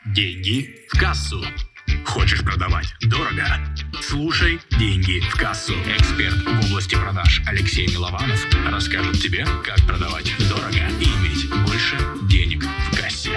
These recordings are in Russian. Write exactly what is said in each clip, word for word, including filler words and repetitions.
Деньги в кассу. Хочешь продавать дорого? Слушай «Деньги в кассу». Эксперт в области продаж Алексей Милованов расскажет тебе, как продавать дорого и иметь больше денег в кассе.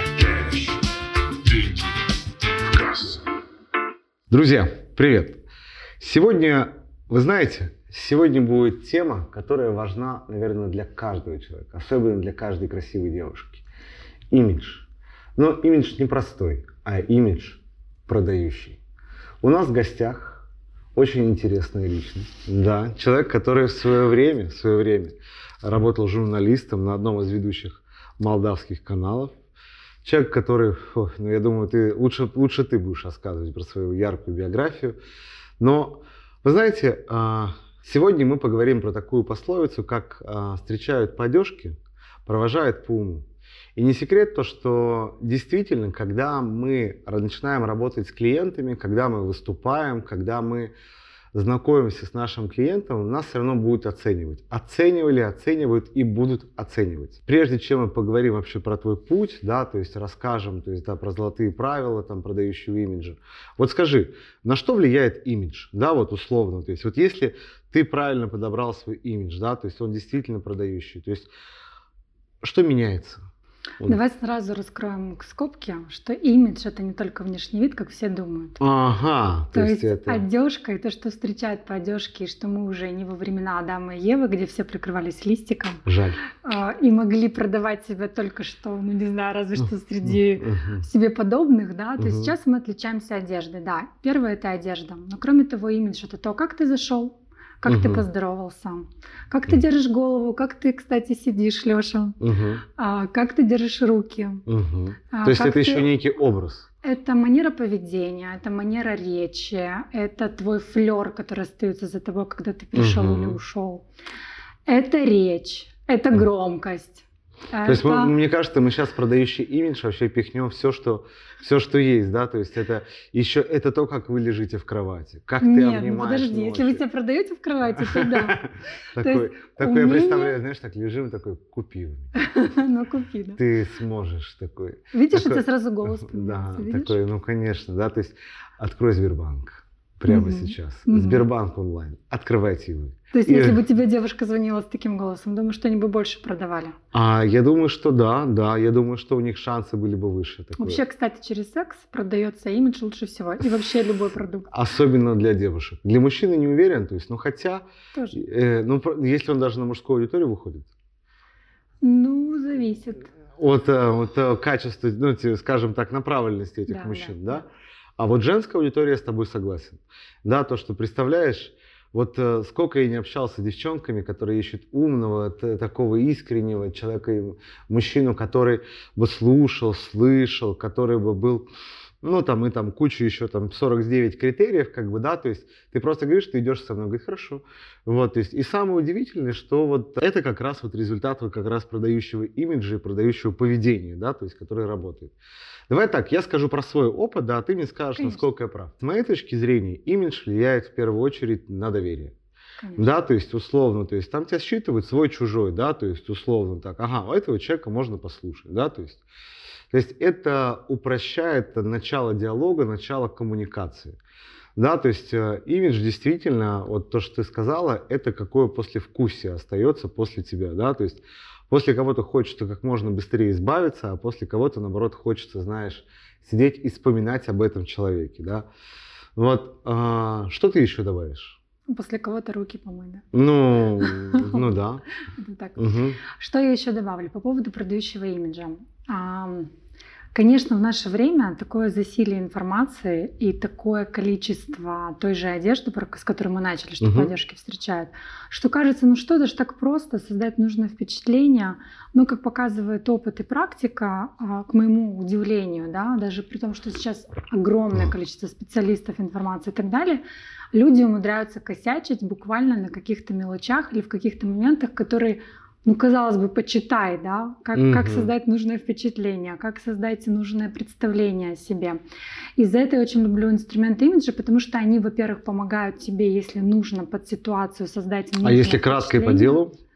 Деньги в кассу. Друзья, привет! Сегодня, вы знаете, сегодня будет тема, которая важна, наверное, для каждого человека, особенно для каждой красивой девушки. Имидж. Но имидж не простой, а имидж продающий. У нас в гостях очень интересная личность. Да, человек, который в свое время, в свое время работал журналистом на одном из ведущих молдавских каналов. Человек, который, о, ну я думаю, ты лучше, лучше ты будешь рассказывать про свою яркую биографию. Но, вы знаете, сегодня мы поговорим про такую пословицу, как «встречают по одежке, провожают по уму». И не секрет то, что действительно, когда мы начинаем работать с клиентами, когда мы выступаем, когда мы знакомимся с нашим клиентом, нас все равно будут оценивать. Оценивали, оценивают и будут оценивать. Прежде чем мы поговорим вообще про твой путь, да, то есть расскажем, то есть, да, про золотые правила там, продающего имиджа. Вот скажи, на что влияет имидж, да, вот условно, то есть вот если ты правильно подобрал свой имидж, да, то есть он действительно продающий, то есть что меняется? Давай сразу раскроем скобки, что имидж — это не только внешний вид, как все думают. Ага, то, то есть, есть это... одежка и то, что встречают по одежке, и что мы уже не во времена Адама и Евы, где все прикрывались листиком. Жаль. И могли продавать себя только что, ну не знаю, разве что среди себе подобных, да. То есть сейчас мы отличаемся одеждой, да. Первое — это одежда, но кроме того, имидж — это то, как ты зашел. Как uh-huh. ты поздоровался, как ты держишь голову, как ты, кстати, сидишь, Лёша, uh-huh. а, как ты держишь руки. Uh-huh. А, то есть это ты... еще некий образ? Это манера поведения, это манера речи, это твой флёр, который остается за тобой, когда ты пришел uh-huh. или ушел. Это речь, это uh-huh. громкость. То это... есть, мы, мне кажется, мы сейчас продающий имидж вообще пихнем все, что, все, что есть, да, то есть это еще это то, как вы лежите в кровати, как Нет, ты обнимаешь. Ну подожди, ночью. если вы себя продаете в кровати, то да. Такой я представляю, знаешь, так лежим, такой, купи. Ну купи, да. Ты сможешь такой. Видишь, у тебя сразу голос поменялся, да, такой, ну конечно, да, то есть открой Сбербанк прямо сейчас, Сбербанк онлайн, открывайте его. То есть, и... если бы тебе девушка звонила с таким голосом, думаю, что они бы больше продавали? А, я думаю, что да, да. Я думаю, что у них шансы были бы выше. Такое. Вообще, кстати, через секс продается имидж лучше всего. И вообще любой продукт. Особенно для девушек. Для мужчины не уверен. То есть, ну хотя, э, ну, если он даже на мужскую аудиторию выходит. Ну, зависит. От, от качества, ну, скажем так, направленности этих да, мужчин, да. да? А вот женская аудитория, я с тобой согласен. Да, то, что представляешь. Вот э, сколько я не общался с девчонками, которые ищут умного, т- такого искреннего человека, мужчину, который бы слушал, слышал, который бы был, ну там и там кучу еще там сорок девять критериев, как бы, да, то есть ты просто говоришь, ты идешь со мной, говорит, хорошо. Вот, то есть, и самое удивительное, что вот это как раз вот результат вот как раз продающего имиджа и продающего поведения, да, то есть, который работает. Давай так, я скажу про свой опыт, да, а ты мне скажешь, Конечно. Насколько я прав. С моей точки зрения, имидж влияет в первую очередь на доверие. Конечно. Да, то есть условно, то есть там тебя считывают свой-чужой, да, то есть условно так, ага, у этого человека можно послушать, да, то есть, то есть это упрощает начало диалога, начало коммуникации. Да, то есть э, имидж действительно, вот то, что ты сказала, это какое послевкусие остается после тебя, да, то есть после кого-то хочется как можно быстрее избавиться, а после кого-то, наоборот, хочется, знаешь, сидеть и вспоминать об этом человеке, да. Вот, а, что ты еще добавишь? После кого-то руки помой, да? Ну, ну да. Так. Что я еще добавлю по поводу продающего имиджа? Конечно, в наше время такое засилие информации и такое количество той же одежды, с которой мы начали, что uh-huh. по одежке встречают, что кажется, ну что, это же так просто, создать нужное впечатление. Но, как показывает опыт и практика, к моему удивлению, да, даже при том, что сейчас огромное количество специалистов, информации и так далее, люди умудряются косячить буквально на каких-то мелочах или в каких-то моментах, которые... Ну, казалось бы, почитай, да, как, угу. как создать нужное впечатление, как создать нужное представление о себе. И за это я очень люблю инструменты имиджа, потому что они, во-первых, помогают тебе, если нужно, под ситуацию создать нужное А если краткой по делу?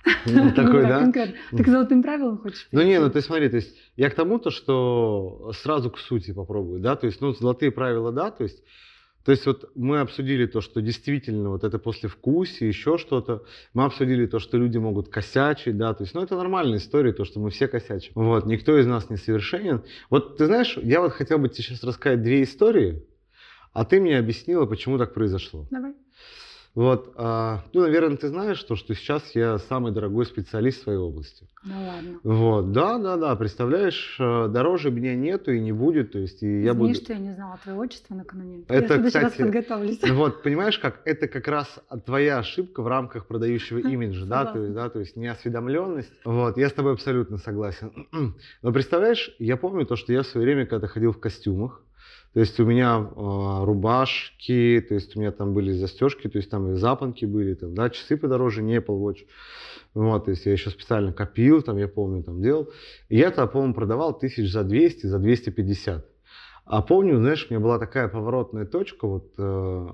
Такой, да? Ты к золотым правилам хочешь? Ну не, ну ты смотри, то есть я к тому-то, что сразу к сути попробую, да, то есть, ну, золотые правила, да, то есть, то есть вот мы обсудили то, что действительно вот это послевкусие, еще что-то, мы обсудили то, что люди могут косячить, да, то есть, ну, это нормальная история, то, что мы все косячим, вот, никто из нас не совершенен. Вот, ты знаешь, я вот хотел бы тебе сейчас рассказать две истории, а ты мне объяснила, почему так произошло. Давай. Вот, а, ну, наверное, ты знаешь, то, что сейчас я самый дорогой специалист в своей области. Да ладно. Вот, да, да, да, представляешь, дороже меня нету и не будет, то есть и я Извини, буду... что я не знала твое отчество накануне. Это, я в следующий кстати, раз подготовлюсь. Вот, понимаешь, как это как раз твоя ошибка в рамках продающего имиджа, да, то есть, да, то есть неосведомленность. Вот, я с тобой абсолютно согласен. Но представляешь, я помню то, что я в свое время когда ходил в костюмах. То есть у меня э, рубашки, то есть у меня там были застежки, то есть там и запонки были, там, да, часы подороже, не Apple Watch. Вот, то есть я еще специально копил, там, я помню, там делал. И я-то, по-моему, продавал тысяч за двести, за двести пятьдесят. А помню, знаешь, у меня была такая поворотная точка, вот, э,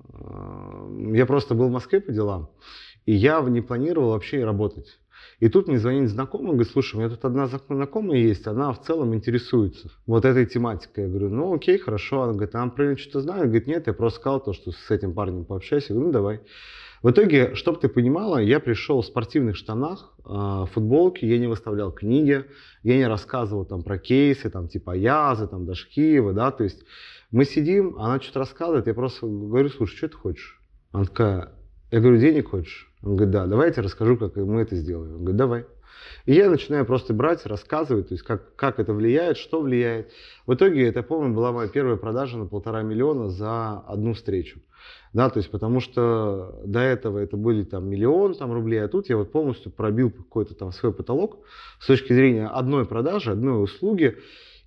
э, я просто был в Москве по делам, и я не планировал вообще и работать. И тут мне звонит знакомый, говорит, слушай, у меня тут одна знакомая есть, она в целом интересуется вот этой тематикой. Я говорю, ну окей, хорошо. Она говорит, а она про что-то знает? Говорит, нет, я просто сказал то, что с этим парнем пообщайся. Я говорю, ну давай. В итоге, чтобы ты понимала, я пришел в спортивных штанах, в футболке, я не выставлял книги, я не рассказывал там про кейсы, там типа Аязы, там Дашкиева, да, то есть мы сидим, она что-то рассказывает, я просто говорю, слушай, что ты хочешь? Она такая, я говорю, денег хочешь? Он говорит, да, давай я тебе расскажу, как мы это сделаем. Он говорит, давай. И я начинаю просто брать, рассказывать, то есть как, как это влияет, что влияет. В итоге, это, помню, была моя первая продажа на полтора миллиона за одну встречу. Да, то есть потому что до этого это были там миллион там, рублей, а тут я вот полностью пробил какой-то там свой потолок с точки зрения одной продажи, одной услуги,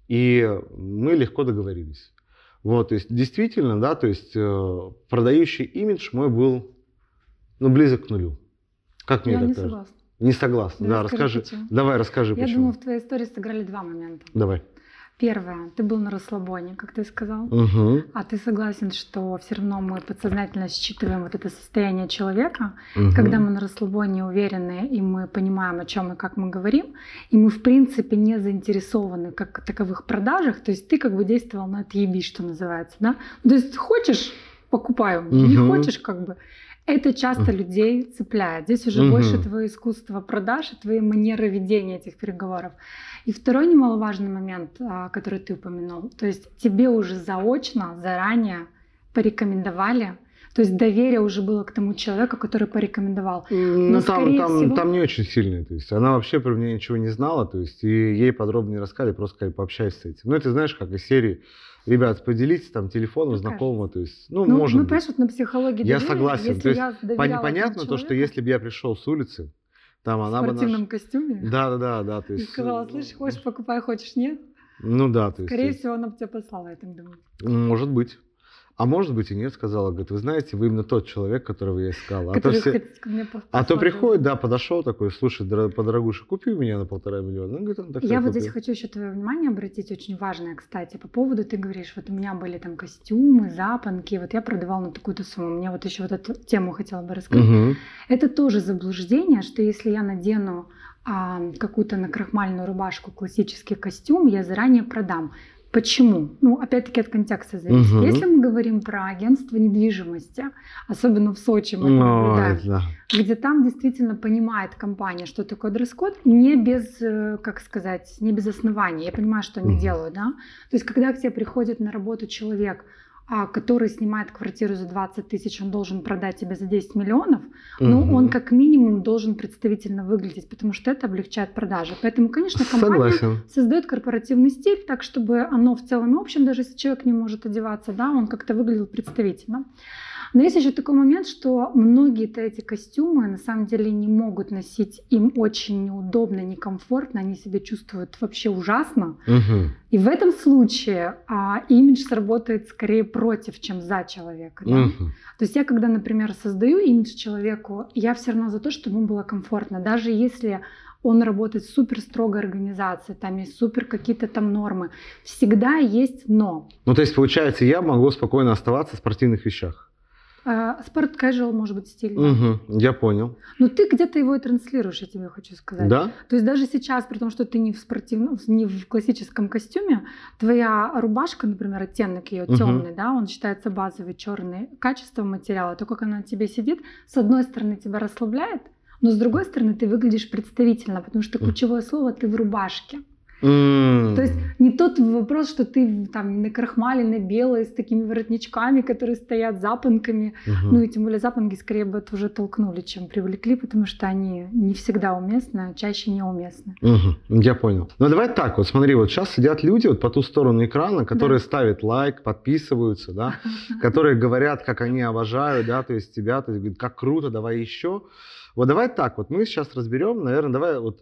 и мы легко договорились. Вот, то есть действительно, да, то есть продающий имидж мой был, ну, близок к нулю. Как мне я так не кажется? согласна. Не согласна, да, да расскажи. Почему. Давай, расскажи, я почему. Я думаю, в твоей истории сыграли два момента. Давай. Первое, ты был на расслабоне, как ты сказал, угу. а ты согласен, что все равно мы подсознательно считываем вот это состояние человека, угу. когда мы на расслабоне уверены, и мы понимаем, о чем и как мы говорим, и мы в принципе не заинтересованы как таковых продажах, то есть ты как бы действовал на отъеби, что называется, да? То есть хочешь, покупай, угу. не хочешь, как бы. Это часто людей цепляет. Здесь уже угу. больше твое искусство продаж и твои манеры ведения этих переговоров. И второй немаловажный момент, который ты упомянул, то есть тебе уже заочно, заранее порекомендовали, то есть доверие уже было к тому человеку, который порекомендовал. Но, ну, там, там, всего... там не очень сильное. То есть она вообще про меня ничего не знала, то есть и ей подробнее рассказали, просто сказали, пообщайся с этим. Ну, это знаешь, как из серии. Ребят, поделитесь там телефоном ну, знакомого, то есть, ну, ну может ну, быть. понимаешь, вот на психологии я доверия, согласен, то есть понятно то, что человеку, если бы я пришел с улицы, там в она бы... В спортивном наш... костюме? Да, да, да, да. То есть... И сказала, слышь, хочешь покупай, хочешь нет? Ну да, то есть... Скорее всего, она бы тебя послала, я так думаю. Может быть. А может быть и нет, сказала, говорит, вы знаете, вы именно тот человек, которого я искала. А то, все... а то приходит, да, подошел такой, слушай, подорогуша, купи у меня на полтора миллиона. Он говорит, он так я вот купил. Здесь хочу еще твое внимание обратить, очень важное, кстати, по поводу, ты говоришь, вот у меня были там костюмы, запонки, вот я продавала на такую-то сумму, мне вот еще вот эту тему хотела бы рассказать. Угу. Это тоже заблуждение, что если я надену а, какую-то накрахмальную рубашку, классический костюм, я заранее продам. Почему? Ну, опять-таки от контекста зависит. Угу. Если мы говорим про агентство недвижимости, особенно в Сочи мы это наблюдаем, да. где там действительно понимает компания, что такое дресс-код, не без, как сказать, не без оснований. Я понимаю, что они угу. делают, да? То есть, когда к тебе приходит на работу человек, который снимает квартиру за двадцать тысяч, он должен продать тебе за десять миллионов, угу. но он как минимум должен представительно выглядеть, потому что это облегчает продажи. Поэтому, конечно, компания Согласен. создает корпоративный стиль так, чтобы оно в целом и общем, даже если человек не может одеваться, да, он как-то выглядел представительно. Но есть еще такой момент, что многие-то эти костюмы на самом деле не могут носить, им очень неудобно, некомфортно, они себя чувствуют вообще ужасно. Угу. И в этом случае а, имидж сработает скорее против, чем за человека. Да? Угу. То есть я, когда, например, создаю имидж человеку, я все равно за то, чтобы ему было комфортно, даже если он работает в супер строгой организации, там есть супер какие-то там нормы, всегда есть но. Ну то есть получается, я могу спокойно оставаться в спортивных вещах? Спорт-кэжуал, может быть, стиль. Да? Угу, я понял. Но ты где-то его и транслируешь, я тебе хочу сказать. Да? То есть даже сейчас, при том, что ты не в спортивном, не в классическом костюме, твоя рубашка, например, оттенок ее темный, угу. да, он считается базовый, черный, качество материала, то, как она на тебе сидит, с одной стороны тебя расслабляет, но с другой стороны ты выглядишь представительно, потому что ключевое слово ты в рубашке. Mm. То есть не тот вопрос, что ты там накрахмаленный, белый, с такими воротничками, которые стоят запонками. Uh-huh. Ну и тем более запонки скорее бы это уже толкнули, чем привлекли, потому что они не всегда уместны, а чаще неуместны. Uh-huh. Я понял. Ну давай так, вот смотри, вот сейчас сидят люди вот по ту сторону экрана, которые да. ставят лайк, подписываются, да, которые говорят, как они обожают, да, то есть тебя, то есть говорят, как круто, давай еще. Вот давай так, вот мы сейчас разберем, наверное, давай вот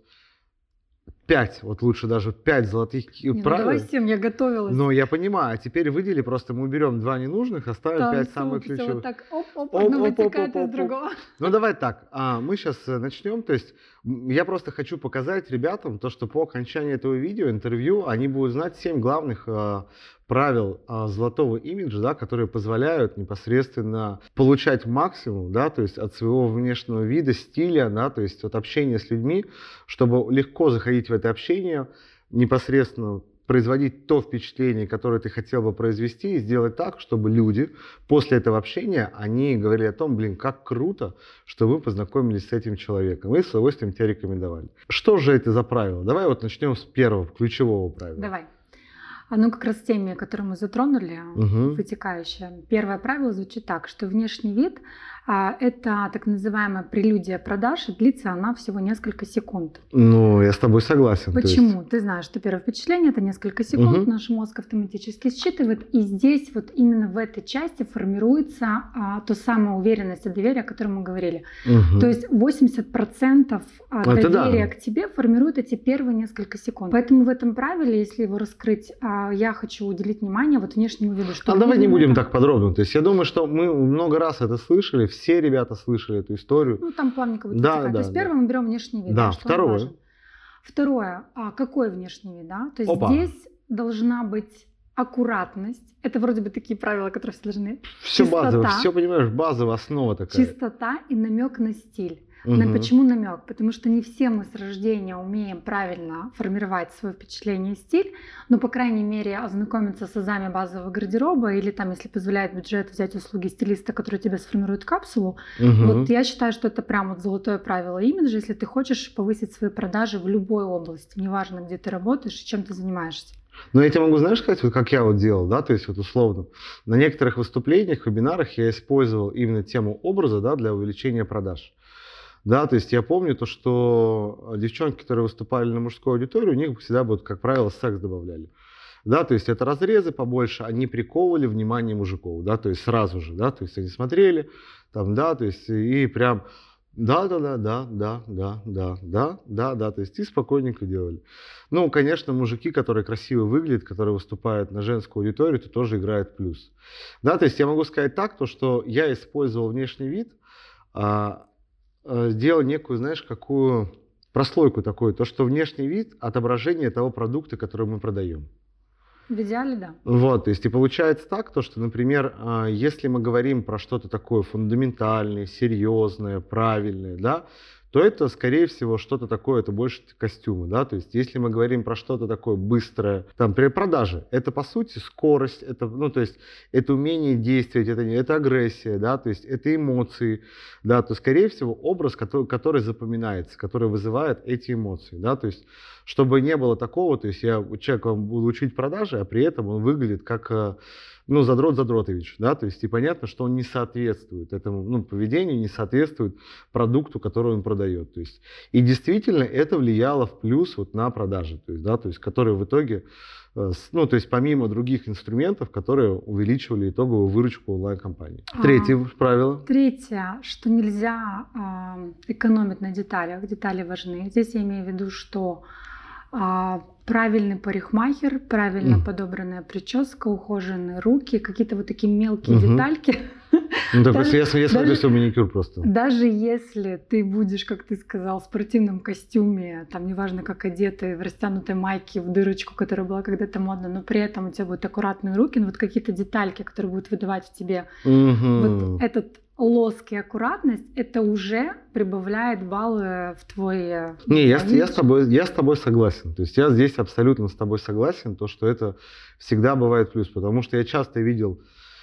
пять, вот лучше даже пять золотых Не, правил. Ну давай семь, я готовилась. Ну, я понимаю. А теперь выдели, просто мы уберем два ненужных, оставим Там пять суп, самых ключевых. Вот так, оп-оп, одно вытекает из другого. Ну, давай так. А, мы сейчас начнем. То есть я просто хочу показать ребятам то, что по окончании этого видео, интервью, они будут знать семь главных а, правил а, золотого имиджа, да, которые позволяют непосредственно получать максимум, да, то есть от своего внешнего вида, стиля, да, то есть от общения с людьми, чтобы легко заходить в это общение, непосредственно производить то впечатление, которое ты хотел бы произвести, и сделать так, чтобы люди после этого общения, они говорили о том, блин, как круто, что вы познакомились с этим человеком, и с удовольствием тебя рекомендовали. Что же это за правило? Давай вот начнем с первого, ключевого правила. Давай. Оно как раз темы, которые мы затронули, угу. вытекающее. Первое правило звучит так, что внешний вид а, – это так называемая прелюдия продаж, и длится она всего несколько секунд. Ну, я с тобой согласен. Почему? Есть... Ты знаешь, что первое впечатление – это несколько секунд, угу. наш мозг автоматически считывает, и здесь вот именно в этой части формируется а, то самая уверенность и доверие, о котором мы говорили. Угу. То есть восемьдесят процентов доверия да. к тебе формируют эти первые несколько секунд. Поэтому в этом правиле, если его раскрыть, я хочу уделить внимание вот внешнему виду. Что а давай не будем это... так подробно. То есть я думаю, что мы много раз это слышали, все ребята слышали эту историю. Ну там плавненько будет да, да, да, То есть да. первое мы берем внешний вид. Да, что второе. Второе, а какой внешний вид? Да? То есть Опа. здесь должна быть аккуратность. Это вроде бы такие правила, которые все должны. Все Чистота, базово, все понимаешь, базовая основа такая. Чистота и намек на стиль. Угу. Но почему намек? Потому что не все мы с рождения умеем правильно формировать свое впечатление и стиль, но, по крайней мере, ознакомиться с азами базового гардероба или, там, если позволяет бюджет, взять услуги стилиста, который тебе сформирует капсулу. Угу. Вот я считаю, что это прям вот золотое правило имиджа, если ты хочешь повысить свои продажи в любой области, неважно, где ты работаешь и чем ты занимаешься. Но я тебе могу, знаешь, сказать, вот как я вот делал, да, то есть вот условно, на некоторых выступлениях, вебинарах я использовал именно тему образа, да, для увеличения продаж. Да, то есть я помню то, что девчонки, которые выступали на мужской аудитории, у них всегда, вот, как правило, секс добавляли. Да, то есть это разрезы побольше, они приковывали внимание мужиков, да, то есть сразу же, да, то есть они смотрели, там, да, то есть и прям, да, да, да, да, да, да, да, да, да, да, то есть и спокойненько делали. Ну, конечно, мужики, которые красиво выглядят, которые выступают на женскую аудиторию, то тоже играют плюс. Да, то есть я могу сказать так, то, что я использовал внешний вид, а, сделал некую, знаешь, какую прослойку такую, то, что внешний вид – отображение того продукта, который мы продаем. В идеале, да. Вот, то есть и получается так, то, что, например, если мы говорим про что-то такое фундаментальное, серьезное, правильное, да, то это, скорее всего, что-то такое, это больше костюмы, да, то есть если мы говорим про что-то такое быстрое, там, при продаже, это, по сути, скорость, это, ну, то есть это умение действовать, это, это агрессия, да, то есть это эмоции, да, то, скорее всего, образ, который, который запоминается, который вызывает эти эмоции, да, то есть чтобы не было такого, то есть я человек вам буду учить продажи, а при этом он выглядит как, ну, задрот Задротович, да, то есть и понятно, что он не соответствует этому, ну, поведению, не соответствует продукту, который он продает, то есть и действительно это влияло в плюс вот на продажи, то есть, да, то есть которые в итоге, ну, то есть помимо других инструментов, которые увеличивали итоговую выручку онлайн-компании. Третье а, правило. Третье, что нельзя э, экономить на деталях, детали важны. Здесь я имею в виду, что э, правильный парикмахер, правильно mm. подобранная прическа, ухоженные руки, какие-то вот такие мелкие mm-hmm. детальки, Ну, так даже, я, я смотрю все маникюр просто. Даже если ты будешь, как ты сказал, в спортивном костюме, там неважно как одетый, в растянутой майке, в дырочку, которая была когда-то модна, но при этом у тебя будут аккуратные руки, но вот какие-то детальки, которые будут выдавать в тебе угу. вот этот лоск и аккуратность, это уже прибавляет баллы в твой... Не, я, я, с тобой, я с тобой согласен. То есть я здесь абсолютно с тобой согласен, то, что это всегда бывает плюс, потому что я часто видел,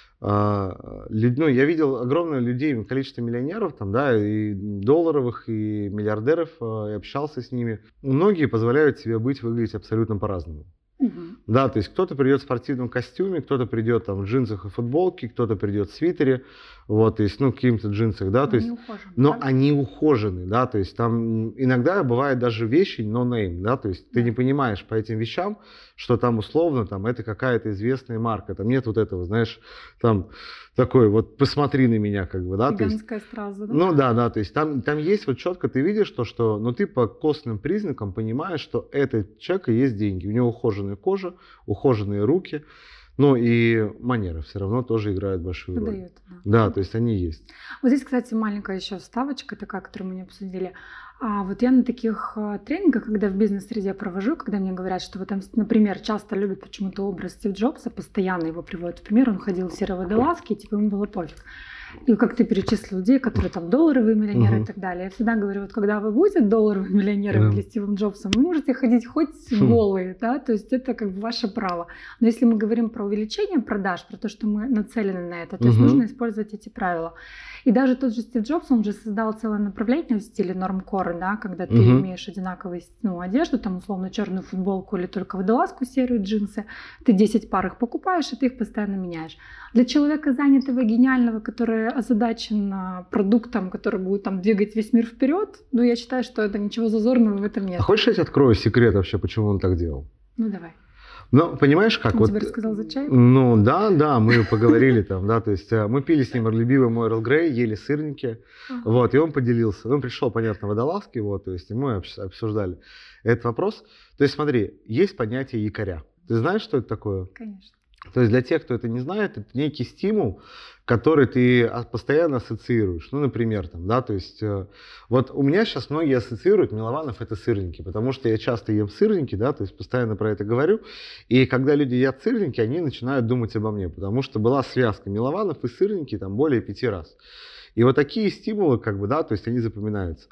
э, люд, ну, я видел огромное людей, количество миллионеров, там, да, и долларовых, и миллиардеров, э, и общался с ними. Многие позволяют себе быть, выглядеть абсолютно по-разному. Угу. Да, то есть кто-то придет в спортивном костюме, кто-то придет там в джинсах и футболке, кто-то придет в свитере, вот, то есть, ну, в каких-то джинсах, да, но то есть, ухожены, но да? они ухожены, да, то есть там иногда бывают даже вещи no name, да, то есть ты да. не понимаешь по этим вещам, что там условно, там, это какая-то известная марка, там нет вот этого, знаешь, там, такой вот, посмотри на меня, как бы, да, то есть, сразу, да? Ну, да, да, то есть там, там есть вот четко, ты видишь то, что, ну, ты по косвенным признакам понимаешь, что этот человек и есть деньги, у него ухоженная кожа, ухоженные руки, ну и манера все равно тоже играет большую роль. Выдает, да. да, то есть они есть. Вот здесь, кстати, маленькая еще вставочка такая, которую мы не обсудили. А вот я на таких тренингах, когда в бизнес-среде провожу, когда мне говорят, что вот там, например, часто любят почему-то образ Стив Джобса, постоянно его приводят в пример, он ходил в серой водолазке, и типа ему было пофиг. И как ты перечислил людей, которые там долларовые миллионеры uh-huh. и так далее. Я всегда говорю, вот когда вы будете долларовыми миллионерами uh-huh. или Стивом Джобсом, вы можете ходить хоть uh-huh. голые, да, то есть это как бы ваше право. Но если мы говорим про увеличение продаж, про то, что мы нацелены на это, то uh-huh. есть нужно использовать эти правила. И даже тот же Стив Джобс, он же создал целое направление в стиле нормкор, да, когда ты uh-huh. имеешь одинаковую, ну, одежду, там условно черную футболку или только водолазку, серую, джинсы, ты десять пар их покупаешь, и ты их постоянно меняешь. Для человека занятого, гениального, который озадачен продуктом, который будет там двигать весь мир вперед, ну, я считаю, что это ничего зазорного в этом нет. А хочешь, я тебе открою секрет вообще, почему он так делал? Ну, давай. Ну, понимаешь, как он вот... тебе рассказал за чай? Ну, да, да, мы поговорили там, да, то есть мы пили с ним любимый мой Эрл Грей, ели сырники, ага. вот, и он поделился. Он пришел, понятно, водолазки, вот, то есть и мы обсуждали этот вопрос. То есть смотри, есть понятие якоря. Ты знаешь, что это такое? Конечно. То есть для тех, кто это не знает, это некий стимул, который ты постоянно ассоциируешь. Ну, например, там, да, то есть э, вот у меня сейчас многие ассоциируют Милованов это сырники, потому что я часто ем сырники, да, то есть постоянно про это говорю. И когда люди едят сырники, они начинают думать обо мне, потому что была связка Милованов и сырники там более пяти раз. И вот такие стимулы, как бы, да, то есть они запоминаются.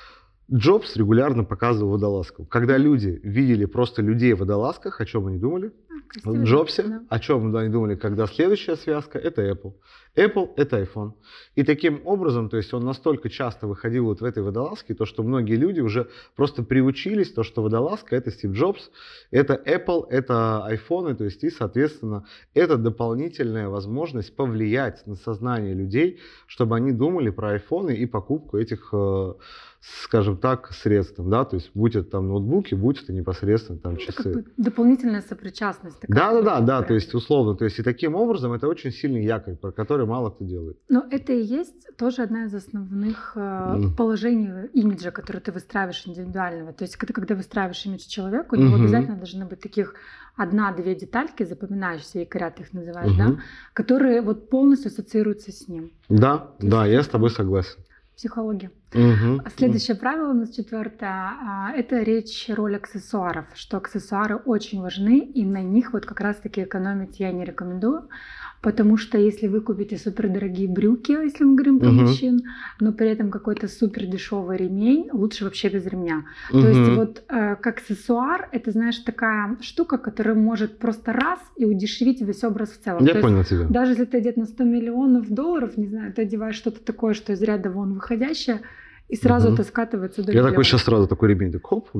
Джобс регулярно показывал водолазку. Когда люди видели просто людей в водолазках, о чем они думали? А, в Джобсе. Да. О чем они думали, когда следующая связка? Это Apple. Apple – это iPhone. И таким образом, то есть он настолько часто выходил вот в этой водолазке, то, что многие люди уже просто приучились, то, что водолазка – это Стив Джобс, это Apple, это iPhone, то есть и, соответственно, это дополнительная возможность повлиять на сознание людей, чтобы они думали про iPhone и покупку этих, скажем так, средств, да, то есть будь это там ноутбуки, будь это непосредственно там часы. Это как бы дополнительная сопричастность. Да, да, да, да, то есть условно, то есть и таким образом это очень сильный якорь, про который мало кто делает. Но это и есть тоже одна из основных mm. положений имиджа, который ты выстраиваешь индивидуального. То есть ты, когда выстраиваешь имидж человека, у него mm-hmm. обязательно должны быть таких одна-две детальки, запоминающиеся, якоря ты их называешь, mm-hmm. да, которые вот полностью ассоциируются с ним. Да, то да, есть, я с тобой согласен. Психология. Угу. Следующее правило у нас четвертое. Это речь, роль аксессуаров. Что аксессуары очень важны, и на них вот как раз-таки экономить я не рекомендую. Потому что если вы купите супердорогие брюки, если мы говорим про угу. мужчин, но при этом какой-то супер дешевый ремень, лучше вообще без ремня. Угу. То есть вот э, как аксессуар, это, знаешь, такая штука, которая может просто раз и удешевить весь образ в целом. Я То понял есть, тебя. Даже если ты одет на сто миллионов долларов, не знаю, ты одеваешь что-то такое, что из ряда вон выходящее, и сразу угу. это скатывается до Я миллиона. Такой сейчас сразу такой ремень, так хоп,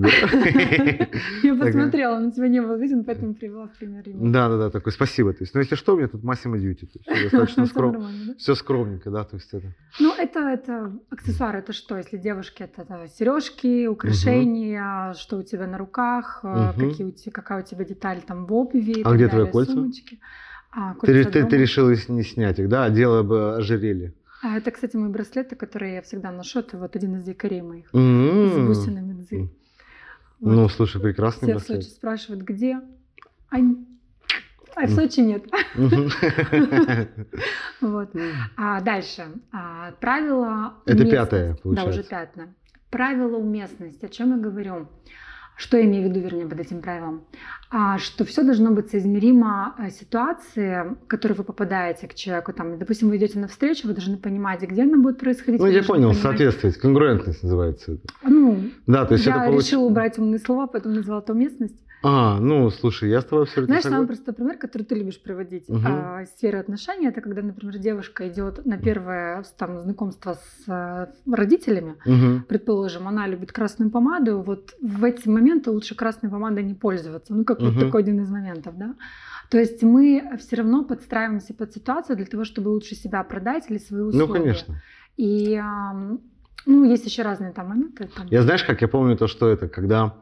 я посмотрела, он у тебя не был виден, поэтому привела в пример ремень. Да, да, да, такой спасибо. То есть, ну если что, у меня тут Massimo Duty, достаточно скромно, все скромненько, да, то есть это. Ну это это аксессуары, это что, если девушки, это сережки, украшения, что у тебя на руках, какие у тебя, какая у тебя деталь там в обуви. А где твои кольца? Ты решила не снять их, да, одела бы ожерелье. А это, кстати, мои браслеты, которые я всегда ношу. Это вот один из якорей моих. Mm-hmm. С бусинами дзы. Вот. Ну, слушай, прекрасный все браслет. Все в Сочи спрашивают, где? Они... А в Сочи нет. Вот. А дальше. А, правило Это уместности. пятое, Да, получается. уже пятое. Правило уместности. О чем я говорю? Что я имею в виду, вернее, под этим правилом? А, что все должно быть соизмеримо ситуации, в которой вы попадаете к человеку. Там, допустим, вы идете на встречу, вы должны понимать, где она будет происходить. Ну, вы я должны понял, понимать- соответствовать, конгруентность называется это. Ну, Да, то есть я это получ- решила убрать умные слова, поэтому назвала это уместность. А, ну, слушай, я с тобой абсолютно Знаешь, самый согласен. простой пример, который ты любишь приводить Мгм. а, из сферы отношений, это когда, например, девушка идет на первое там, знакомство с а, родителями, Мгм. предположим, она любит красную помаду, вот в эти моменты лучше красной помадой не пользоваться, ну, как вот Мгм. такой один из моментов, да. То есть мы все равно подстраиваемся под ситуацию для того, чтобы лучше себя продать или свои услуги. Ну, конечно. И, ам, ну, есть еще разные там моменты. Там. Я знаешь, как я помню то, что это, когда,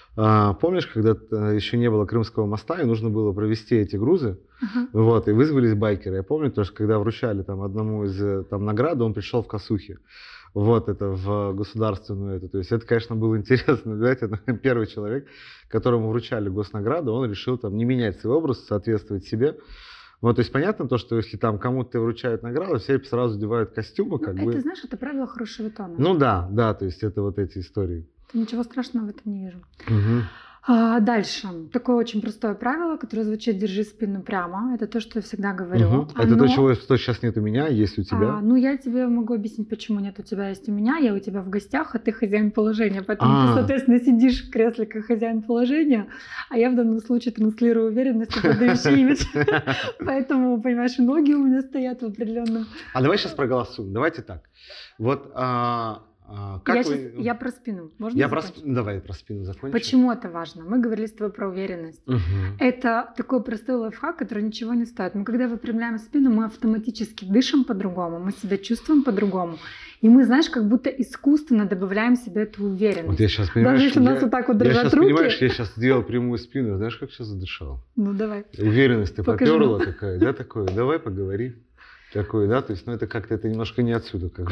а, помнишь, когда а, еще не было Крымского моста, и нужно было провести эти грузы, Ага. вот, и вызвались байкеры. Я помню, то, что когда вручали там одному из э, там награды, он пришел в косухе. Вот это в государственную эту. То есть это, конечно, было интересно. Знаете, это первый человек, которому вручали госнаграду, он решил там не менять свой образ, соответствовать себе. Вот, то есть понятно то, что если там кому-то вручают награду, все сразу одевают костюмы, как Ну, бы. это, знаешь, это правило хорошего тона. Ну да, да, то есть это вот эти истории. Ничего страшного в этом не вижу. Мгм. А, дальше. Такое очень простое правило, которое звучит «держи спину прямо». Это то, что я всегда говорю. Мгм. Это Оно- то, чего что сейчас нет у меня, есть у тебя. А, ну, я тебе могу объяснить, почему нет у тебя, есть у меня. Я у тебя в гостях, а ты хозяин положения. Поэтому А. ты, соответственно, сидишь в кресле как хозяин положения, а я в данном случае транслирую уверенность и продающий имидж. Поэтому, понимаешь, и ноги у меня стоят в определенном... А давай сейчас проголосуем. Давайте так. Вот а, а, как Я, вы... щас- я про спину. Можно Я про закончить? сп- Давай про спину закончим. Почему это важно? Мы говорили с тобой про уверенность. Мгм. Это такой простой лайфхак, который ничего не стоит. Мы когда выпрямляем спину, мы автоматически дышим по-другому, мы себя чувствуем по-другому. И мы, знаешь, как будто искусственно добавляем себе эту уверенность. Вот я сейчас понимаешь, Даже если у нас я, вот так вот я дрожат сейчас, руки. понимаешь, я сейчас сделал прямую спину, знаешь, как сейчас задышал? Ну давай. Уверенность ты Покажи поперла нам. такая, да, такое, давай поговори. Такое, да, то есть, ну, это как-то, это немножко не отсюда, как бы.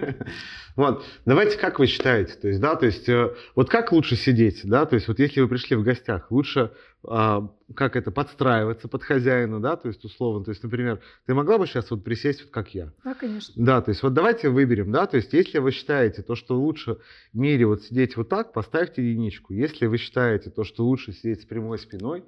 Вот, давайте, как вы считаете, то есть, да, то есть, э, вот как лучше сидеть, да, то есть, вот если вы пришли в гостях, лучше, а, как это, подстраиваться под хозяина, да, то есть, условно, то есть, например, ты могла бы сейчас вот присесть, вот как я? Да, конечно. Да, то есть, вот давайте выберем, да, то есть, если вы считаете то, что лучше в мире вот сидеть вот так, поставьте единичку. Если вы считаете то, что лучше сидеть с прямой спиной,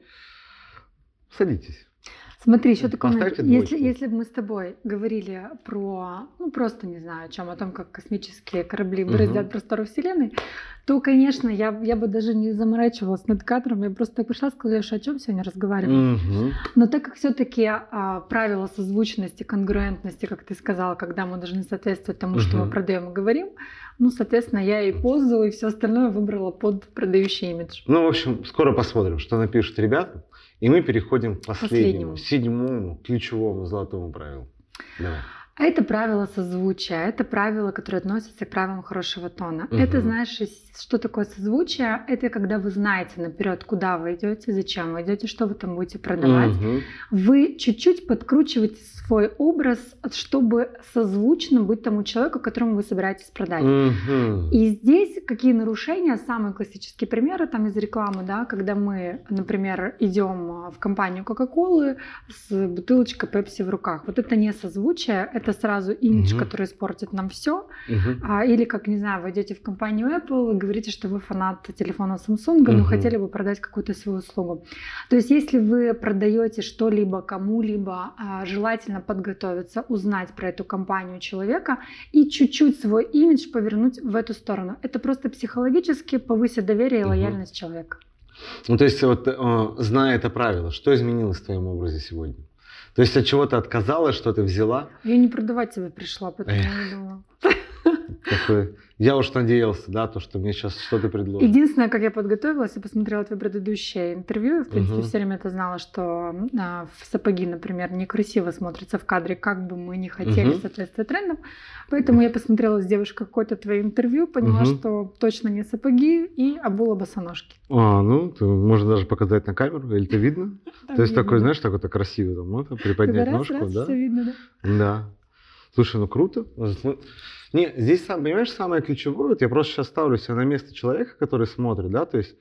садитесь. Смотри, еще такой момент. Поставьте Если, двоечку. если бы мы с тобой говорили про, ну просто не знаю, о чем, о том, как космические корабли бороздят Мгм. просторы Вселенной, то, конечно, я, я бы даже не заморачивалась над кадром, я просто так пришла, сказала, что о чем сегодня разговариваем. Мгм. Но так как все-таки правила созвучности, конгруентности, как ты сказала, когда мы должны соответствовать тому, что мы Мгм. продаем и говорим, ну, соответственно, я и позу, и все остальное выбрала под продающий имидж. Ну, в общем, скоро посмотрим, что напишут ребята. И мы переходим к последнему, Последнему. седьмому, ключевому золотому правилу. Давай. А это правило созвучия, это правило, которое относится к правилам хорошего тона. Мгм. Это, знаешь, из- что такое созвучие? Это когда вы знаете наперед, куда вы идете, зачем вы идете, что вы там будете продавать. Мгм. Вы чуть-чуть подкручиваете свой образ, чтобы созвучно быть тому человеку, которому вы собираетесь продать. Мгм. И здесь какие нарушения? Самые классические примеры там из рекламы, да, когда мы, например, идем в компанию Кока-Колы с бутылочкой Пепси в руках. Вот это не созвучие, это сразу имидж, Мгм. который испортит нам все. Мгм. А, или, как, не знаю, вы идете в компанию Apple и говорите, что вы фанат телефона Samsung, но Мгм. хотели бы продать какую-то свою услугу. То есть, если вы продаете что-либо кому-либо, а, желательно подготовиться, узнать про эту компанию человека и чуть-чуть свой имидж повернуть в эту сторону. Это просто психологически повысит доверие и Мгм. лояльность человека. Ну, то есть, вот, э, зная это правило, что изменилось в твоем образе сегодня? То есть, от чего ты отказалась, что ты взяла? Я не продавать тебе пришла, поэтому Эх. я не думала. Такой, я уж надеялся, да, то, что мне сейчас что-то предложат. Единственное, как я подготовилась, я посмотрела твое предыдущее интервью. И, в принципе, Мгм. все время это знала, что а, в сапоги, например, некрасиво смотрятся в кадре, как бы мы ни хотели Мгм. соответствовать трендам. Поэтому я посмотрела с девушкой какое-то твое интервью, поняла, Мгм. что точно не сапоги, и обула босоножки. А, ну, то можно даже показать на камеру, или это видно? Там То есть, видно, такой, да. знаешь, так вот красиво, там, вот, приподнять Когда раз, ножку, раз, да? всё видно, да. Да. Слушай, ну круто. Ну, Не, здесь, сам, понимаешь, самое ключевое, вот я просто сейчас ставлю себя на место человека, который смотрит, да, то есть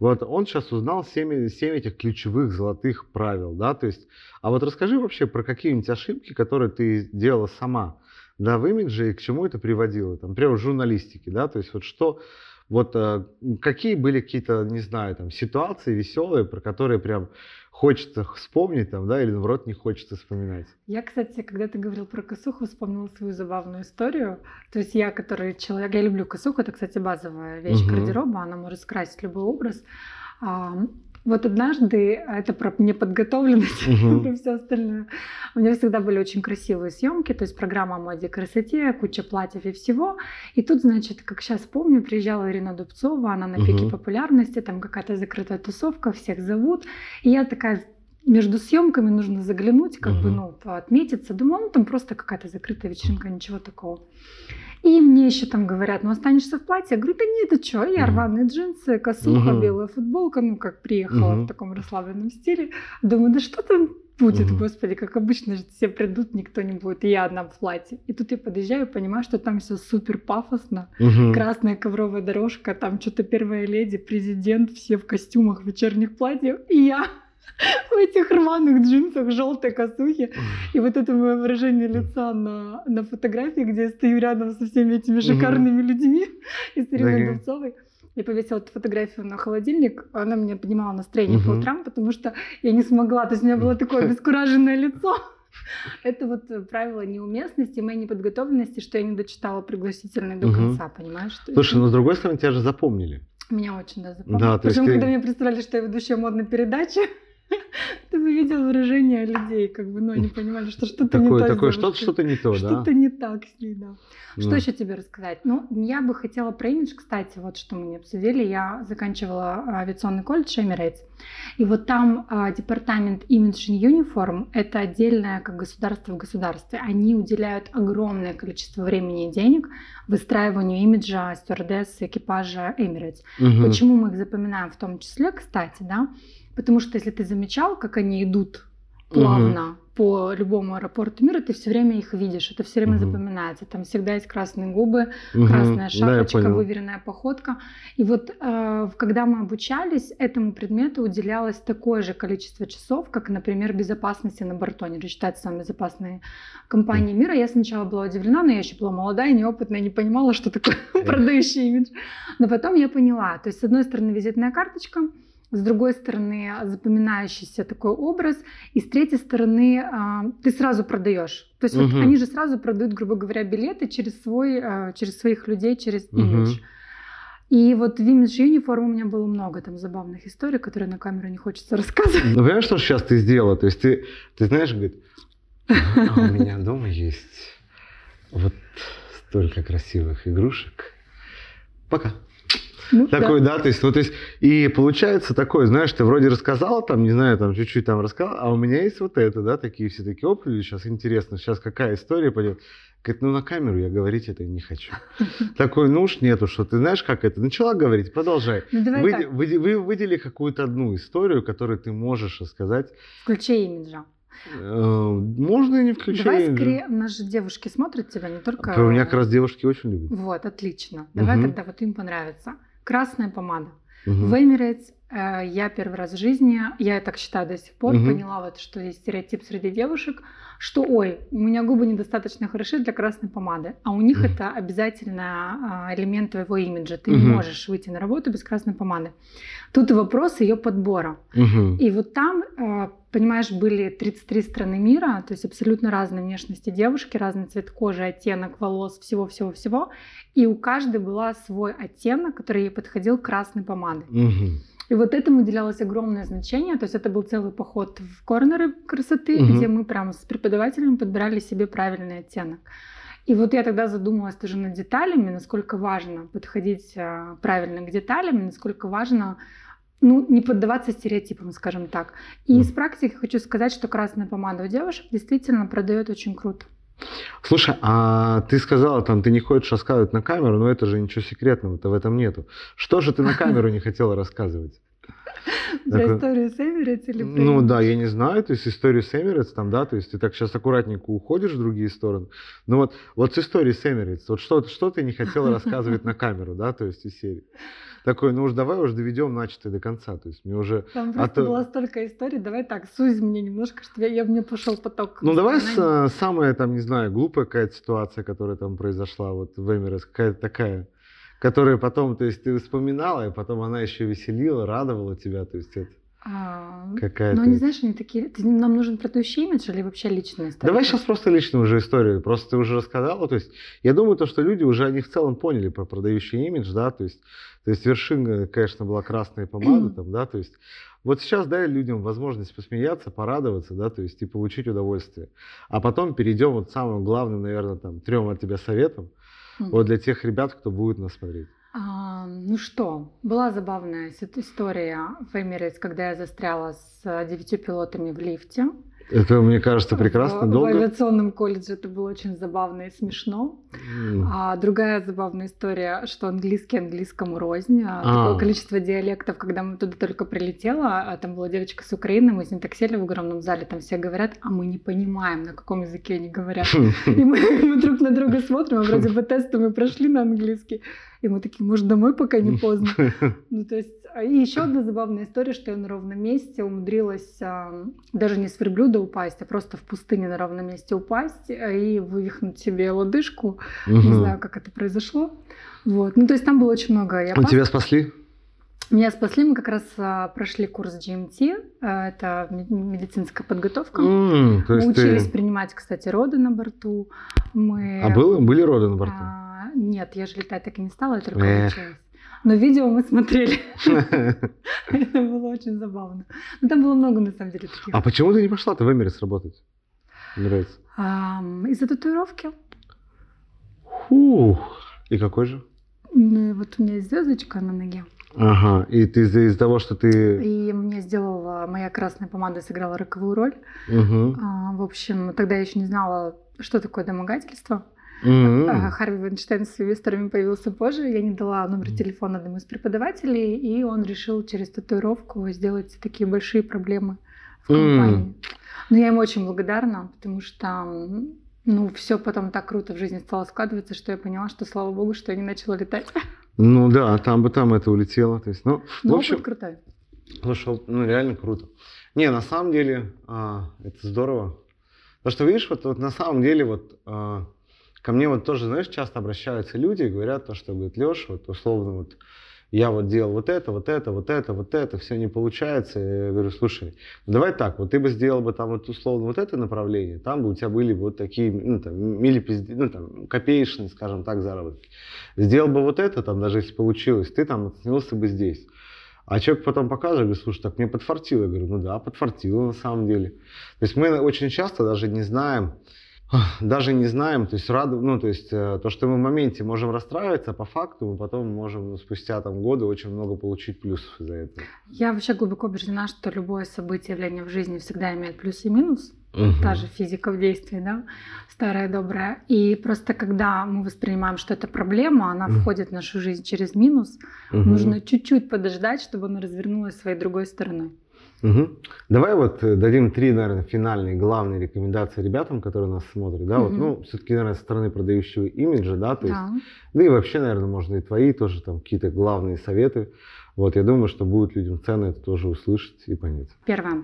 Вот он сейчас узнал семь, семь этих ключевых золотых правил, да, то есть, а вот расскажи вообще про какие-нибудь ошибки, которые ты делала сама, да, в имидже, и к чему это приводило, там, например, в журналистике, да, то есть вот что, вот какие были какие-то, не знаю, там, ситуации веселые, про которые прям хочется вспомнить, там, да, или наоборот не хочется вспоминать. Я, кстати, когда ты говорил про косуху, вспомнила свою забавную историю. То есть я, который человек, я люблю косуху, это, кстати, базовая вещь uh-huh. гардероба, она может скрасить любой образ. А, вот однажды, это про неподготовленность, uh-huh. про все остальное, у меня всегда были очень красивые съемки, то есть программа о моде и красоте, куча платьев и всего. И тут, значит, как сейчас помню, приезжала Ирина Дубцова, она на пике uh-huh. популярности, там какая-то закрытая тусовка, всех зовут. И я такая, между съемками нужно заглянуть, как uh-huh. бы, ну, отметиться. Думаю, ну, там просто какая-то закрытая вечеринка, ничего такого. И мне еще там говорят, ну останешься в платье? Я говорю, да нет, ты что? Я рваные джинсы, косуха, uh-huh. белая футболка, ну как приехала uh-huh. в таком расслабленном стиле. Думаю, да что там будет, uh-huh. господи, как обычно же все придут, никто не будет, и я одна в платье. И тут я подъезжаю и понимаю, что там все супер пафосно, uh-huh. красная ковровая дорожка, там что-то первая леди, президент, все в костюмах, в вечерних платьях, и я в этих рваных джинсах, желтой косухе. И вот это мое выражение лица на, на фотографии, где я стою рядом со всеми этими шикарными людьми и с Ириной Дубцовой. Я повесила эту фотографию на холодильник, она мне поднимала настроение по утрам, потому что я не смогла, то есть у меня было такое обескураженное лицо. Это вот правило неуместности, моей неподготовленности, что я не дочитала пригласительный до конца, понимаешь? Слушай, но с другой стороны, тебя же запомнили. Меня очень, да, запомнили. Да, причем, ты... когда мне представляли, что я ведущая модной передачи, ты бы видел выражение людей, как бы, ну, они понимали, что что-то такое, не то. Такое, что-то, что-то не то, что-то да? Что-то не так с ней, да. Mm. Что еще тебе рассказать? Ну, я бы хотела про имидж, кстати, вот что мы не обсудили. Я заканчивала авиационный колледж Emirates, и вот там а, департамент Image and Uniform — это отдельное как государство в государстве. Они уделяют огромное количество времени и денег выстраиванию имиджа стюардесс экипажа Emirates. Mm-hmm. Почему мы их запоминаем в том числе, кстати, да? Потому что если ты замечал, как они идут плавно uh-huh. по любому аэропорту мира, ты все время их видишь, это все время uh-huh. запоминается. Там всегда есть красные губы, uh-huh. красная шапочка, да, выверенная походка. И вот э, когда мы обучались, этому предмету уделялось такое же количество часов, как, например, безопасности на борту. Они же считаются самой безопасной компанией uh-huh. мира. Я сначала была удивлена, но я еще была молодая, неопытная, не понимала, что такое продающий имидж. Но потом я поняла. То есть, с одной стороны, визитная карточка, с другой стороны, запоминающийся такой образ, и с третьей стороны, э, ты сразу продаешь. То есть uh-huh. вот они же сразу продают, грубо говоря, билеты через, свой, э, через своих людей, через имидж. Uh-huh. И вот в Image Uniform у меня было много там забавных историй, которые на камеру не хочется рассказывать. Ну, понимаешь, что сейчас ты сделала? То есть ты, ты знаешь, говорит, а у меня дома есть вот столько красивых игрушек. Пока. Ну, такой, да. да, то есть, ну, то есть, и получается такое, знаешь, ты вроде рассказал, там, не знаю, там, чуть-чуть там рассказал, а у меня есть вот это, да, такие все такие опыты, сейчас интересно, сейчас какая история пойдет. Говорит, ну, на камеру я говорить это не хочу. Такой, ну уж нету, что ты знаешь, как это. Начала говорить, продолжай. Выдели какую-то одну историю, которую ты можешь рассказать. В ключе имиджа. Можно и не включать. Давай скорее, у нас же девушки смотрят тебя, не только... А у меня как раз девушки очень любят. Вот, отлично. Давай угу. тогда вот им понравится. Красная помада. Угу. В Emirates э, я первый раз в жизни, я так считаю до сих пор, угу. поняла, вот, что есть стереотип среди девушек, что ой, у меня губы недостаточно хороши для красной помады, а у них угу. это обязательно э, элемент твоего имиджа. Ты угу. не можешь выйти на работу без красной помады. Тут и вопрос ее подбора. Угу. И вот там... Э, Понимаешь, были тридцать три страны мира, то есть абсолютно разные внешности девушки, разный цвет кожи, оттенок волос, всего-всего-всего. И у каждой была свой оттенок, который ей подходил к красной помаде. Угу. И вот этому уделялось огромное значение. То есть это был целый поход в корнеры красоты, угу. где мы прямо с преподавателем подбирали себе правильный оттенок. И вот я тогда задумалась тоже над деталями, насколько важно подходить правильно к деталям, насколько важно... Ну, не поддаваться стереотипам, скажем так. И mm. из практики хочу сказать, что красная помада у девушек действительно продает очень круто. Слушай, а ты сказала, там, ты не хочешь рассказывать на камеру, но это же ничего секретного-то в этом нету. Что же ты на камеру не хотела рассказывать? Про историю с Emirates или про... Ну да, я не знаю, то есть историю с Emirates, там, да, то есть ты так сейчас аккуратненько уходишь в другие стороны. Ну вот, вот с историей с Emirates, вот что, что ты не хотела рассказывать на камеру, да, то есть из серии. Такой, ну уж давай уж доведем начатое до конца, то есть мне уже... Там просто а было то... столько историй, давай так, сузь мне немножко, чтобы я, я мне пошел поток. Ну давай с, самая там, не знаю, глупая какая-то ситуация, которая там произошла вот в Emirates, какая-то такая, которая потом, то есть ты вспоминала, и потом она еще веселила, радовала тебя, то есть это... А, какая-то... Ну, не знаешь, они такие... Нам нужен предыдущий имидж или вообще личная история? Давай сейчас просто личную уже историю. Просто ты уже рассказала. То есть я думаю, то, что люди уже, они в целом поняли про продающий имидж, да, то есть, то есть вершина, конечно, была красная помада там, да, то есть вот сейчас дай людям возможность посмеяться, порадоваться, да, то есть и получить удовольствие. А потом перейдем вот к самым главным, наверное, там, трем от тебя советам, mm-hmm. вот для тех ребят, кто будет нас смотреть. А, ну что, была забавная история в Emirates, когда я застряла с девятью пилотами в лифте. Это, мне кажется, прекрасно, в, долго. В авиационном колледже это было очень забавно и смешно. Mm. А другая забавная история, что английский английскому рознь. А. Такое количество диалектов, когда мы туда только прилетела, а там была девочка с Украины, мы с ней так сели в огромном зале, там все говорят, а мы не понимаем, на каком языке они говорят. И мы, мы друг на друга смотрим, а вроде бы тесты мы прошли на английский. И мы такие, может, домой, пока не поздно. Ну, то есть, и еще одна забавная история, что я на ровном месте умудрилась а, даже не с верблюда упасть, а просто в пустыне на ровном месте упасть и вывихнуть себе лодыжку. Угу. Не знаю, как это произошло. Вот. Ну, то есть там было очень много. А тебя спасли? Меня спасли, мы как раз а, прошли курс джи эм ти, а, это медицинская подготовка. Mm, мы учились ты... принимать, кстати, роды на борту. Мы... А было, были роды на борту? А, нет, я же летать так и не стала, я только училась. Но видео мы смотрели. Это было очень забавно. Но там было много, на самом деле, таких. А почему ты не пошла? Ты в Emirates работать? Из-за татуировки. И какой же? Ну, вот у меня есть звездочка на ноге. Ага, и ты из-за из того, что ты... И мне сделала, моя красная помада сыграла роковую роль. Угу. А, в общем, тогда я еще не знала, что такое домогательство. Mm-hmm. А, Харви Вайнштейн с инвесторами появился позже. Я не дала номер телефона одному из преподавателей, и он решил через татуировку сделать такие большие проблемы в компании. Mm. Но я ему очень благодарна, потому что ну, все потом так круто в жизни стало складываться, что я поняла, что слава богу, что я не начала летать. Ну да, там бы там это улетело. То есть, ну, Но в общем, опыт крутой. Слушай, ну реально круто. Не, на самом деле а, это здорово. Потому что, видишь, вот, вот на самом деле вот а, ко мне вот тоже, знаешь, часто обращаются люди и говорят то, что, говорит, Леша, вот условно вот я вот делал вот это, вот это, вот это, вот это, все не получается. Я говорю, слушай, ну давай так, вот ты бы сделал бы там вот условно вот это направление, там бы у тебя были вот такие, ну там, милипизди, ну там, копеечные, скажем так, заработки. Сделал бы вот это, там, даже если получилось, ты там оценился бы здесь. А человек потом показывает, говорит, слушай, так мне подфартило. Я говорю, ну да, подфартило на самом деле. То есть мы очень часто даже не знаем, даже не знаем, то есть, раду, ну, то, есть то, что мы в моменте можем расстраиваться, по факту мы потом можем спустя там, годы очень много получить плюсов из-за этого. Я вообще глубоко убеждена, что любое событие, явление в жизни всегда имеет плюс и минус. Угу. Та же физика в действии, да, старая добрая. И просто когда мы воспринимаем, что это проблема, она угу. входит в нашу жизнь через минус, угу. нужно чуть-чуть подождать, чтобы она развернулась своей другой стороной. Угу. Давай вот дадим три, наверное, финальные, главные рекомендации ребятам, которые нас смотрят, да, угу. вот, ну, все-таки, наверное, со стороны продающего имиджа, да, то есть, да. да и вообще, наверное, можно и твои тоже там какие-то главные советы, вот, я думаю, что будет людям ценно это тоже услышать и понять. Первое.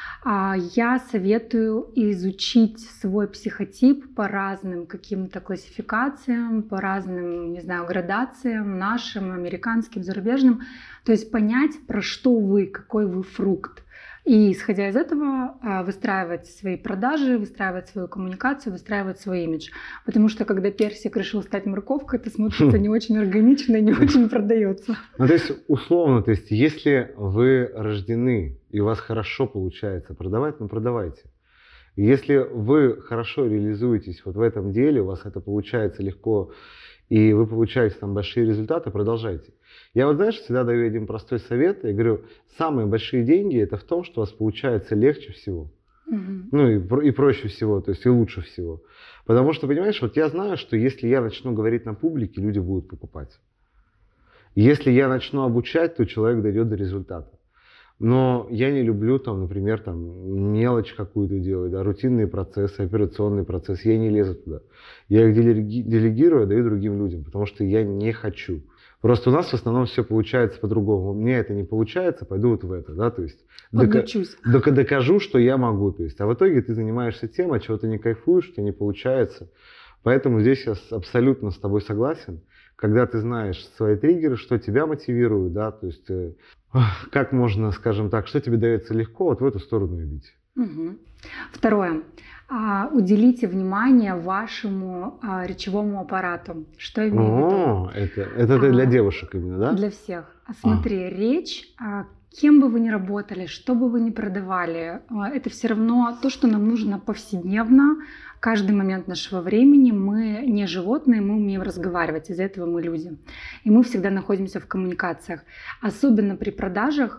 Я советую изучить свой психотип по разным каким-то классификациям, по разным, не знаю, градациям, нашим, американским, зарубежным, то есть понять, про что вы, какой вы фрукт. И, исходя из этого, выстраивать свои продажи, выстраивать свою коммуникацию, выстраивать свой имидж. Потому что, когда персик решил стать морковкой, это смотрится не очень органично и не очень продается. Ну, то есть, условно, то есть, если вы рождены и у вас хорошо получается продавать, ну, продавайте. И если вы хорошо реализуетесь вот в этом деле, у вас это получается легко, и вы получаете там большие результаты, продолжайте. Я вот, знаешь, всегда даю один простой совет. Я говорю, самые большие деньги это в том, что у вас получается легче всего. Mm-hmm. Ну и, и проще всего, то есть и лучше всего. Потому что, понимаешь, вот я знаю, что если я начну говорить на публике, люди будут покупать. Если я начну обучать, то человек дойдет до результата. Но я не люблю, там, например, там, мелочь какую-то делать, да, рутинные процессы, операционный процесс. Я не лезу туда. Я их делеги- делегирую, даю другим людям, потому что я не хочу. Просто у нас в основном все получается по-другому. У меня это не получается, пойду вот в это, да, то есть Подучусь. дока- докажу, что я могу, то есть. А в итоге ты занимаешься тем, от чего ты не кайфуешь, у тебя не получается. Поэтому здесь я абсолютно с тобой согласен. Когда ты знаешь свои триггеры, что тебя мотивирует, да, то есть э, как можно, скажем так, что тебе дается легко, вот в эту сторону и бить. Угу. Второе. А, уделите внимание вашему а, речевому аппарату. Что имею в виду? О, это, это А, для девушек именно, да? Для всех. А смотри, а. речь, а, кем бы вы ни работали, что бы вы ни продавали, а, это все равно то, что нам нужно повседневно. Каждый момент нашего времени мы не животные, мы умеем разговаривать, из-за этого мы люди. И мы всегда находимся в коммуникациях. Особенно при продажах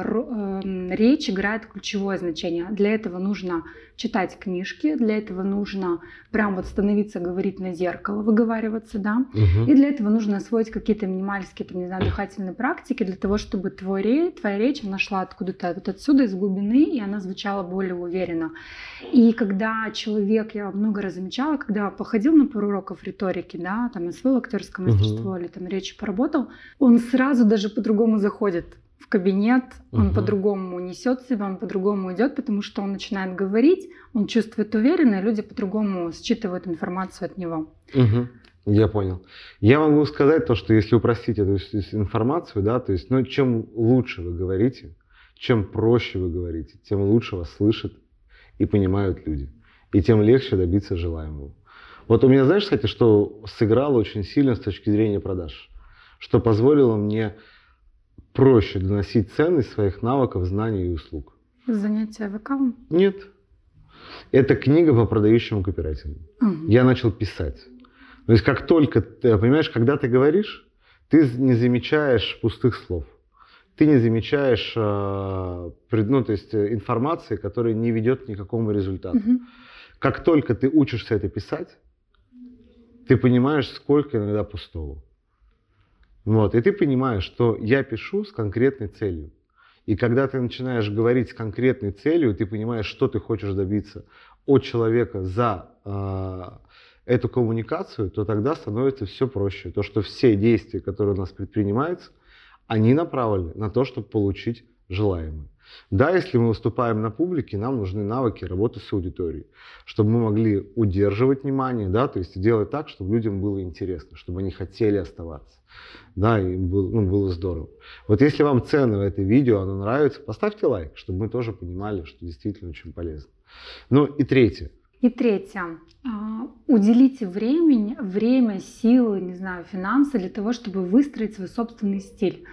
речь играет ключевое значение. Для этого нужно читать книжки, для этого нужно прям вот становиться, говорить на зеркало, выговариваться, да. Угу. И для этого нужно освоить какие-то минимальские, там, не знаю, дыхательные практики, для того, чтобы твой речь, твоя речь, она шла откуда-то вот отсюда, из глубины, и она звучала более уверенно. И когда человек, я много раз замечала, когда походил на пару уроков риторики, да, там освоил актерское мастерство uh-huh. или там речи поработал, он сразу даже по-другому заходит в кабинет, он uh-huh. по-другому несет себя, он по-другому идет, потому что он начинает говорить, он чувствует уверенно, и люди по-другому считывают информацию от него. Uh-huh. Я понял. Я могу сказать то, что если упростить эту информацию, да, то есть, ну, чем лучше вы говорите, чем проще вы говорите, тем лучше вас слышат и понимают люди. И тем легче добиться желаемого. Вот у меня, знаешь, кстати, что сыграло очень сильно с точки зрения продаж, что позволило мне проще доносить ценность своих навыков, знаний и услуг. Занятия вокалом? Нет. Это книга по продающему копирайтингу. Угу. Я начал писать. То есть как только ты, понимаешь, когда ты говоришь, ты не замечаешь пустых слов. Ты не замечаешь ну, то есть, информации, которая не ведет к никакому результату. Угу. Как только ты учишься это писать, ты понимаешь, сколько иногда пустого. Вот. И ты понимаешь, что я пишу с конкретной целью. И когда ты начинаешь говорить с конкретной целью, ты понимаешь, что ты хочешь добиться от человека за э, эту коммуникацию, то тогда становится все проще. То, что все действия, которые у нас предпринимаются, они направлены на то, чтобы получить желаемое. Да, если мы выступаем на публике, нам нужны навыки работы с аудиторией, чтобы мы могли удерживать внимание, да, то есть делать так, чтобы людям было интересно, чтобы они хотели оставаться, да, и было, ну, было здорово. Вот если вам ценно это видео, оно нравится, поставьте лайк, чтобы мы тоже понимали, что действительно очень полезно. Ну и третье. И третье. Уделите время, время, силы, не знаю, финансы для того, чтобы выстроить свой собственный стиль.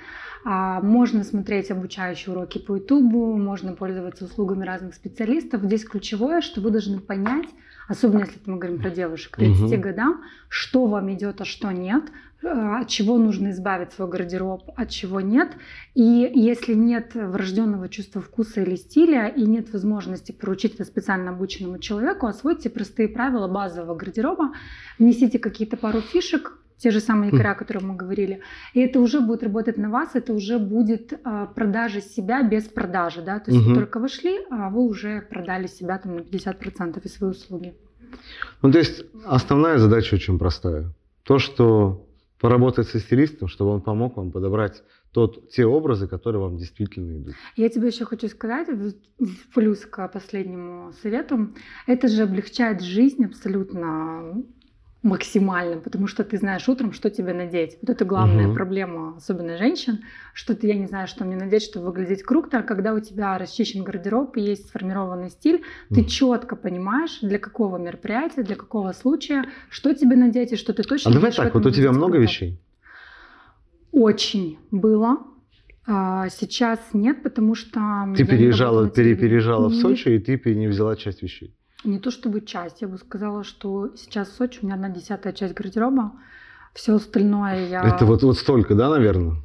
Можно смотреть обучающие уроки по Ютубу, можно пользоваться услугами разных специалистов. Здесь ключевое, что вы должны понять, особенно если мы говорим про девушек к тридцати угу. годам, что вам идет, а что нет, от чего нужно избавить свой гардероб, от чего нет. И если нет врожденного чувства вкуса или стиля, и нет возможности поручить это специально обученному человеку, освойте простые правила базового гардероба, внесите какие-то пару фишек, те же самые якоря, о которых мы говорили. И это уже будет работать на вас, это уже будет а, продажа себя без продажи. Да? То есть угу. вы только вошли, а вы уже продали себя там, на пятьдесят процентов из своей услуги. Ну, то есть основная задача очень простая. То, что поработать со стилистом, чтобы он помог вам подобрать тот, те образы, которые вам действительно идут. Я тебе еще хочу сказать, в плюс к последнему совету, это же облегчает жизнь абсолютно максимально, потому что ты знаешь утром, что тебе надеть. Вот это главная угу. проблема, особенно женщин, что ты, я не знаю, что мне надеть, чтобы выглядеть круто. Когда у тебя расчищен гардероб и есть сформированный стиль, ты угу. четко понимаешь, для какого мероприятия, для какого случая, что тебе надеть и что ты точно... А давай так, вот у тебя много круто. Вещей? Очень было. А сейчас нет, потому что... Ты переезжала, переезжала в Сочи, и ты не взяла часть вещей. Не то чтобы часть, я бы сказала, что сейчас в Сочи у меня одна десятая часть гардероба, все остальное я... Это вот, вот столько, да, наверное?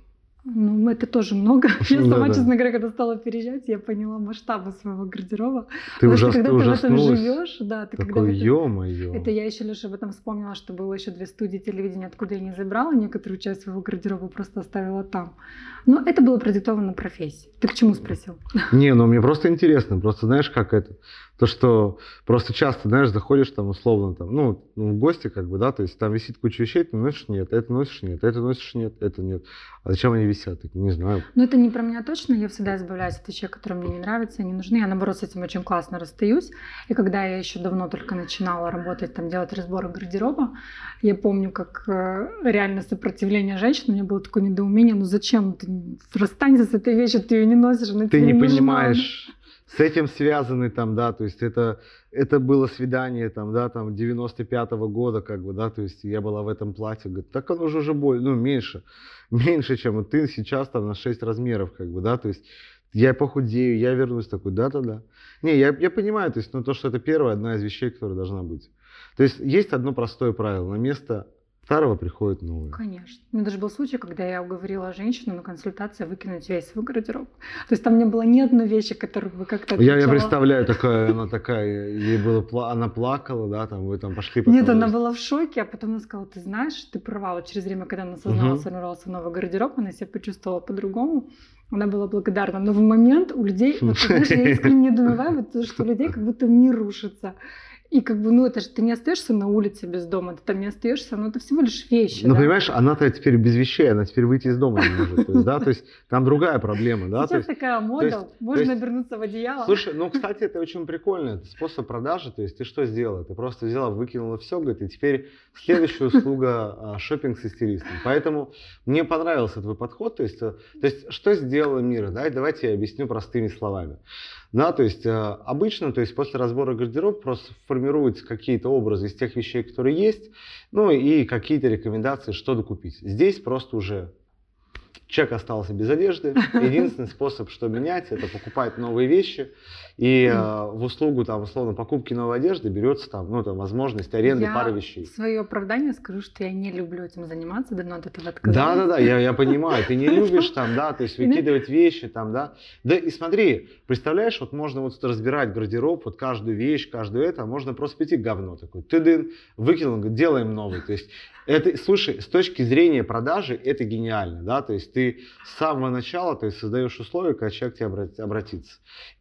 Ну, это тоже много. Я Да, сама, да. честно говоря, когда стала переезжать, я поняла масштабы своего гардероба. Ты Потому что ужас- когда ты ты в этом ужаснулась. живешь, да, ты когда в Такой, этом... ё-моё. Это я еще, Леша, об этом вспомнила, что было еще две студии телевидения, откуда я не забрала некоторую часть своего гардероба, просто оставила там. Но это было продиктовано профессией. Ты к чему спросил? Не, ну мне просто интересно, просто знаешь, как это, то, что просто часто, знаешь, заходишь там условно, там, ну, ну, в гости, как бы, да, то есть там висит куча вещей, ты носишь, нет, это носишь, нет, это носишь, нет, это нет. А зачем они висят? Так, не знаю. Но это не про меня точно, я всегда избавляюсь от вещей, которые мне не нравятся и не нужны. Я, наоборот, с этим очень классно расстаюсь. И когда я еще давно только начинала работать, там, делать разборы гардероба, я помню, как э, реально сопротивление женщин, у меня было такое недоумение, ну зачем ты расстанься с этой вещью, ты ее не носишь, она Ты тебе не нужна. понимаешь, с этим связаны там, да, то есть это, это было свидание там, да, там девяносто пятого года, как бы, да, то есть я была в этом платье, говорит, так оно же уже больше, ну, меньше, меньше, чем вот ты сейчас там на шесть размеров, как бы, да, то есть я похудею, я вернусь такой, да-да-да. Не, я, я понимаю, то есть, ну, то, что это первая, одна из вещей, которая должна быть. То есть есть одно простое правило, на место старого приходит новое. Конечно. У меня даже был случай, когда я уговорила женщину на консультации выкинуть весь свой гардероб. То есть там не было ни одной вещи, которую бы как-то Я, я отличала. представляю, такая, она такая, ей было, пла- она плакала, да, там, вы там пошли. Нет, потом- она была в шоке, а потом она сказала, ты знаешь, ты права. Вот через время, когда она осознала, Мгм. сформировался новый гардероб, она себя почувствовала по-другому. Она была благодарна. Но в момент у людей, вот, ты знаешь, я искренне недоумеваю, вот, то, что у людей как будто мир рушится. И как бы, ну это же ты не остаешься на улице без дома, ты там не остаешься, ну это всего лишь вещи. Ну, да? понимаешь, она-то теперь без вещей, она теперь выйти из дома не может. То есть, да, то есть там другая проблема, да. то Сейчас есть, такая мода, то есть- можно то есть- обернуться в одеяло. Слушай, ну, кстати, это очень прикольно, это способ продажи, то есть ты что сделала? Ты просто взяла, выкинула все, говорит, и теперь следующая услуга шопинг со стилистом. Поэтому мне понравился твой подход, то есть, э, то есть что сделала Мира, да, давайте я объясню простыми словами. Да, то есть э, обычно, то есть после разбора гардероба просто формируются какие-то образы из тех вещей, которые есть, ну и какие-то рекомендации, что докупить. Здесь просто уже человек остался без одежды. Единственный способ, что менять, это покупать новые вещи. И э, в услугу, там, условно, покупки новой одежды берется там, ну, там, возможность аренды Я пары вещей. в свое оправдание скажу, что я не люблю этим заниматься, давно от этого отказалась. Да, да, да, я, я понимаю, ты не любишь там, да, то есть выкидывать вещи там, да. Да и смотри, представляешь, вот можно вот разбирать гардероб, вот каждую вещь, каждую это, а можно просто прийти говно такой, ты дын, выкинул, говорит, делаем новый. То есть это, слушай, с точки зрения продажи это гениально, да, то есть ты с самого начала, то есть создаешь условия, когда человек к тебе обрат- обратится.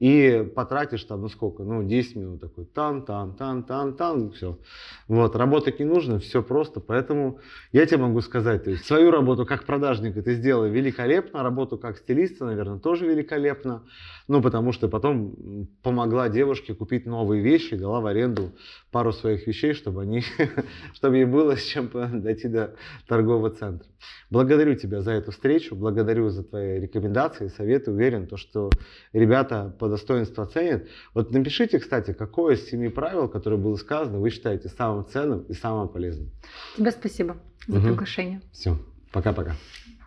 И потратишь там, ну сколько, ну десять минут такой, тан, тан, тан, тан, тан, все. Вот, работать не нужно, все просто, поэтому я тебе могу сказать, то есть свою работу как продажника ты сделала великолепно, работу как стилиста, наверное, тоже великолепно, ну потому что потом помогла девушке купить новые вещи, дала в аренду пару своих вещей, чтобы они, чтобы ей было с чем дойти до торгового центра. Благодарю тебя за эту встречу, благодарю за твои рекомендации, советы, уверен, то, что ребята по достоинству оценят. Вот напишите, кстати, какое из семи правил, которое было сказано, вы считаете самым ценным и самым полезным. Тебе спасибо за Мгм. приглашение. Все, пока-пока.